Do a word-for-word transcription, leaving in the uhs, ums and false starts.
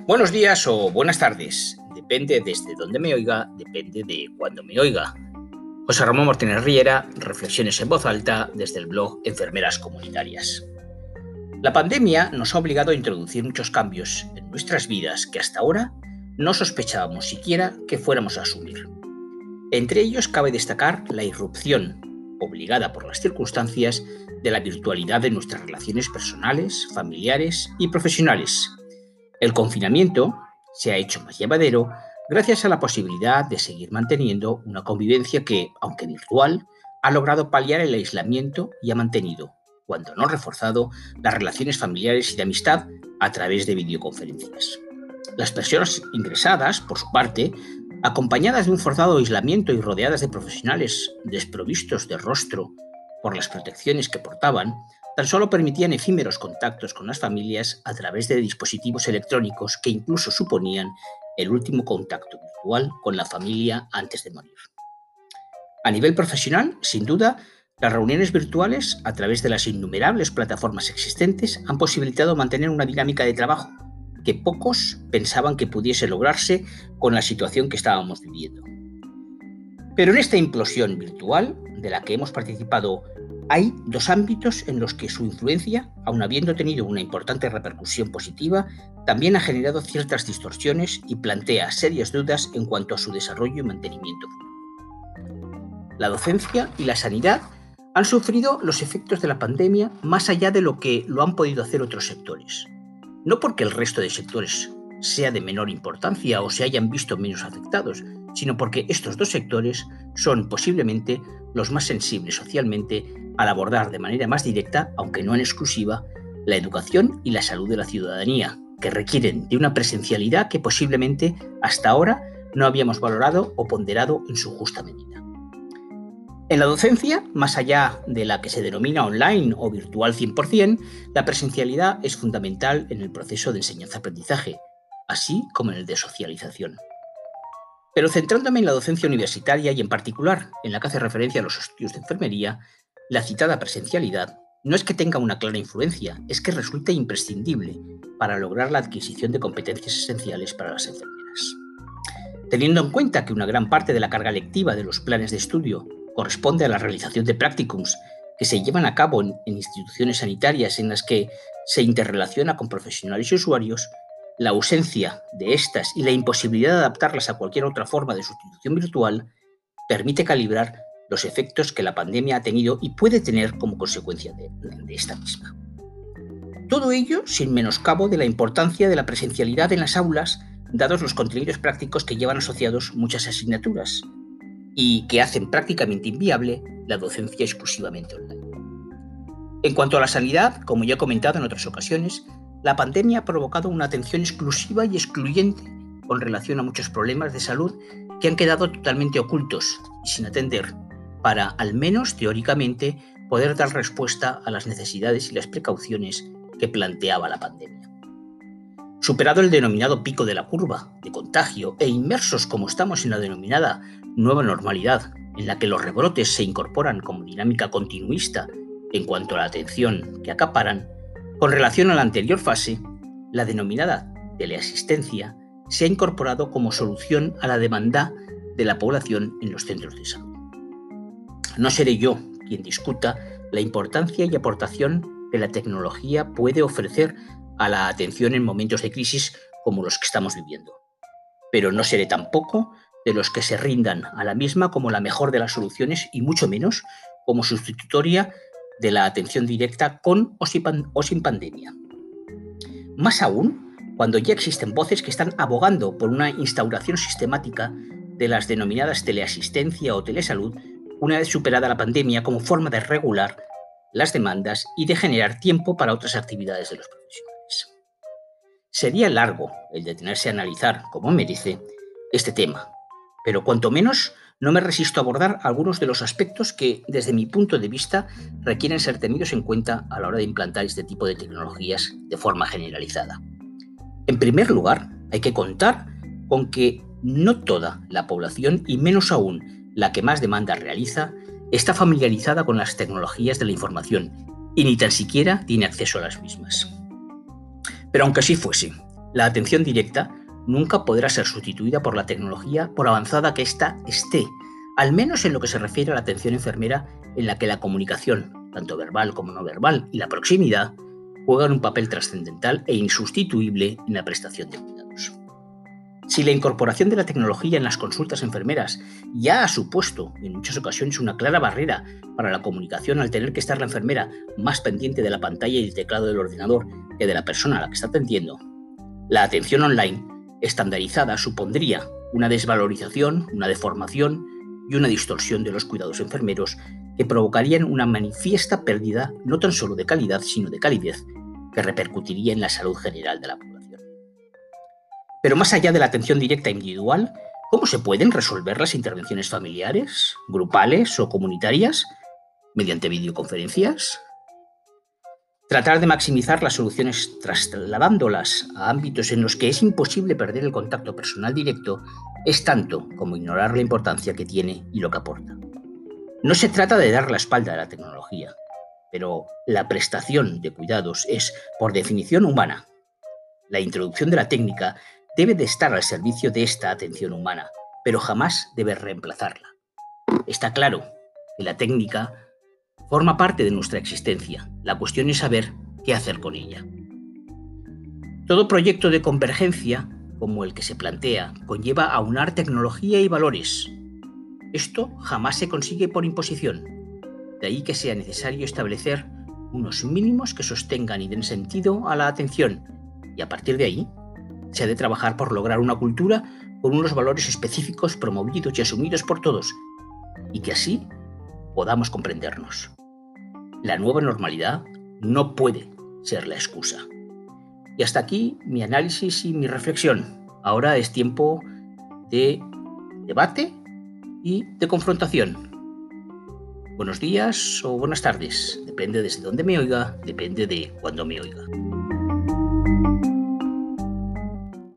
Buenos días o buenas tardes, depende desde dónde me oiga, depende de cuándo me oiga. José Ramón Martínez Riera, reflexiones en voz alta desde el blog Enfermeras Comunitarias. La pandemia nos ha obligado a introducir muchos cambios en nuestras vidas que hasta ahora no sospechábamos siquiera que fuéramos a asumir. Entre ellos cabe destacar la irrupción, obligada por las circunstancias, de la virtualidad de nuestras relaciones personales, familiares y profesionales. El confinamiento se ha hecho más llevadero gracias a la posibilidad de seguir manteniendo una convivencia que, aunque virtual, ha logrado paliar el aislamiento y ha mantenido, cuando no reforzado, las relaciones familiares y de amistad a través de videoconferencias. Las personas ingresadas, por su parte, acompañadas de un forzado aislamiento y rodeadas de profesionales desprovistos de rostro por las protecciones que portaban, tan solo permitían efímeros contactos con las familias a través de dispositivos electrónicos que incluso suponían el último contacto virtual con la familia antes de morir. A nivel profesional, sin duda, las reuniones virtuales, a través de las innumerables plataformas existentes, han posibilitado mantener una dinámica de trabajo que pocos pensaban que pudiese lograrse con la situación que estábamos viviendo. Pero en esta implosión virtual, de la que hemos participado, hay dos ámbitos en los que su influencia, aun habiendo tenido una importante repercusión positiva, también ha generado ciertas distorsiones y plantea serias dudas en cuanto a su desarrollo y mantenimiento futuro. La docencia y la sanidad han sufrido los efectos de la pandemia más allá de lo que lo han podido hacer otros sectores. No porque el resto de sectores sea de menor importancia o se hayan visto menos afectados, sino porque estos dos sectores son posiblemente los más sensibles socialmente al abordar de manera más directa, aunque no en exclusiva, la educación y la salud de la ciudadanía, que requieren de una presencialidad que posiblemente hasta ahora no habíamos valorado o ponderado en su justa medida. En la docencia, más allá de la que se denomina online o virtual cien por ciento, la presencialidad es fundamental en el proceso de enseñanza-aprendizaje, así como en el de socialización. Pero centrándome en la docencia universitaria y en particular en la que hace referencia a los estudios de enfermería, la citada presencialidad no es que tenga una clara influencia, es que resulta imprescindible para lograr la adquisición de competencias esenciales para las enfermeras. Teniendo en cuenta que una gran parte de la carga lectiva de los planes de estudio corresponde a la realización de practicums que se llevan a cabo en, en instituciones sanitarias en las que se interrelaciona con profesionales y usuarios, la ausencia de estas y la imposibilidad de adaptarlas a cualquier otra forma de sustitución virtual permite calibrar los efectos que la pandemia ha tenido y puede tener como consecuencia de, de esta misma. Todo ello sin menoscabo de la importancia de la presencialidad en las aulas, dados los contenidos prácticos que llevan asociados muchas asignaturas y que hacen prácticamente inviable la docencia exclusivamente online. En cuanto a la sanidad, como ya he comentado en otras ocasiones, la pandemia ha provocado una atención exclusiva y excluyente con relación a muchos problemas de salud que han quedado totalmente ocultos y sin atender para, al menos teóricamente, poder dar respuesta a las necesidades y las precauciones que planteaba la pandemia. Superado el denominado pico de la curva de contagio e inmersos como estamos en la denominada nueva normalidad, en la que los rebrotes se incorporan como dinámica continuista en cuanto a la atención que acaparan, con relación a la anterior fase, la denominada teleasistencia se ha incorporado como solución a la demanda de la población en los centros de salud. No seré yo quien discuta la importancia y aportación que la tecnología puede ofrecer a la atención en momentos de crisis como los que estamos viviendo, pero no seré tampoco de los que se rindan a la misma como la mejor de las soluciones y mucho menos como sustitutoria de la atención directa con o sin, pan, o sin pandemia. Más aún, cuando ya existen voces que están abogando por una instauración sistemática de las denominadas teleasistencia o telesalud una vez superada la pandemia como forma de regular las demandas y de generar tiempo para otras actividades de los profesionales. Sería largo el detenerse a analizar, como merece, este tema, pero cuanto menos no me resisto a abordar algunos de los aspectos que, desde mi punto de vista, requieren ser tenidos en cuenta a la hora de implantar este tipo de tecnologías de forma generalizada. En primer lugar, hay que contar con que no toda la población, y menos aún la que más demanda realiza, está familiarizada con las tecnologías de la información y ni tan siquiera tiene acceso a las mismas. Pero aunque así fuese, La atención directa nunca podrá ser sustituida por la tecnología por avanzada que ésta esté, al menos en lo que se refiere a la atención enfermera, en la que la comunicación, tanto verbal como no verbal, y la proximidad juegan un papel trascendental e insustituible en la prestación de cuidados. Si la incorporación de la tecnología en las consultas enfermeras ya ha supuesto en muchas ocasiones una clara barrera para la comunicación al tener que estar la enfermera más pendiente de la pantalla y el teclado del ordenador que de la persona a la que está atendiendo, la atención online estandarizada supondría una desvalorización, una deformación y una distorsión de los cuidados enfermeros que provocarían una manifiesta pérdida no tan solo de calidad, sino de calidez, que repercutiría en la salud general de la población. Pero más allá de la atención directa individual, ¿cómo se pueden resolver las intervenciones familiares, grupales o comunitarias? ¿Mediante videoconferencias? Tratar de maximizar las soluciones trasladándolas a ámbitos en los que es imposible perder el contacto personal directo es tanto como ignorar la importancia que tiene y lo que aporta. No se trata de dar la espalda a la tecnología, pero la prestación de cuidados es, por definición, humana. La introducción de la técnica debe de estar al servicio de esta atención humana, pero jamás debe reemplazarla. Está claro que la técnica forma parte de nuestra existencia. La cuestión es saber qué hacer con ella. Todo proyecto de convergencia, como el que se plantea, conlleva aunar tecnología y valores. Esto jamás se consigue por imposición. De ahí que sea necesario establecer unos mínimos que sostengan y den sentido a la atención, y a partir de ahí se ha de trabajar por lograr una cultura con unos valores específicos promovidos y asumidos por todos, y que así podamos comprendernos. La nueva normalidad no puede ser la excusa. Y hasta aquí mi análisis y mi reflexión. Ahora es tiempo de debate y de confrontación. Buenos días o buenas tardes, depende desde dónde me oiga, depende de cuándo me oiga.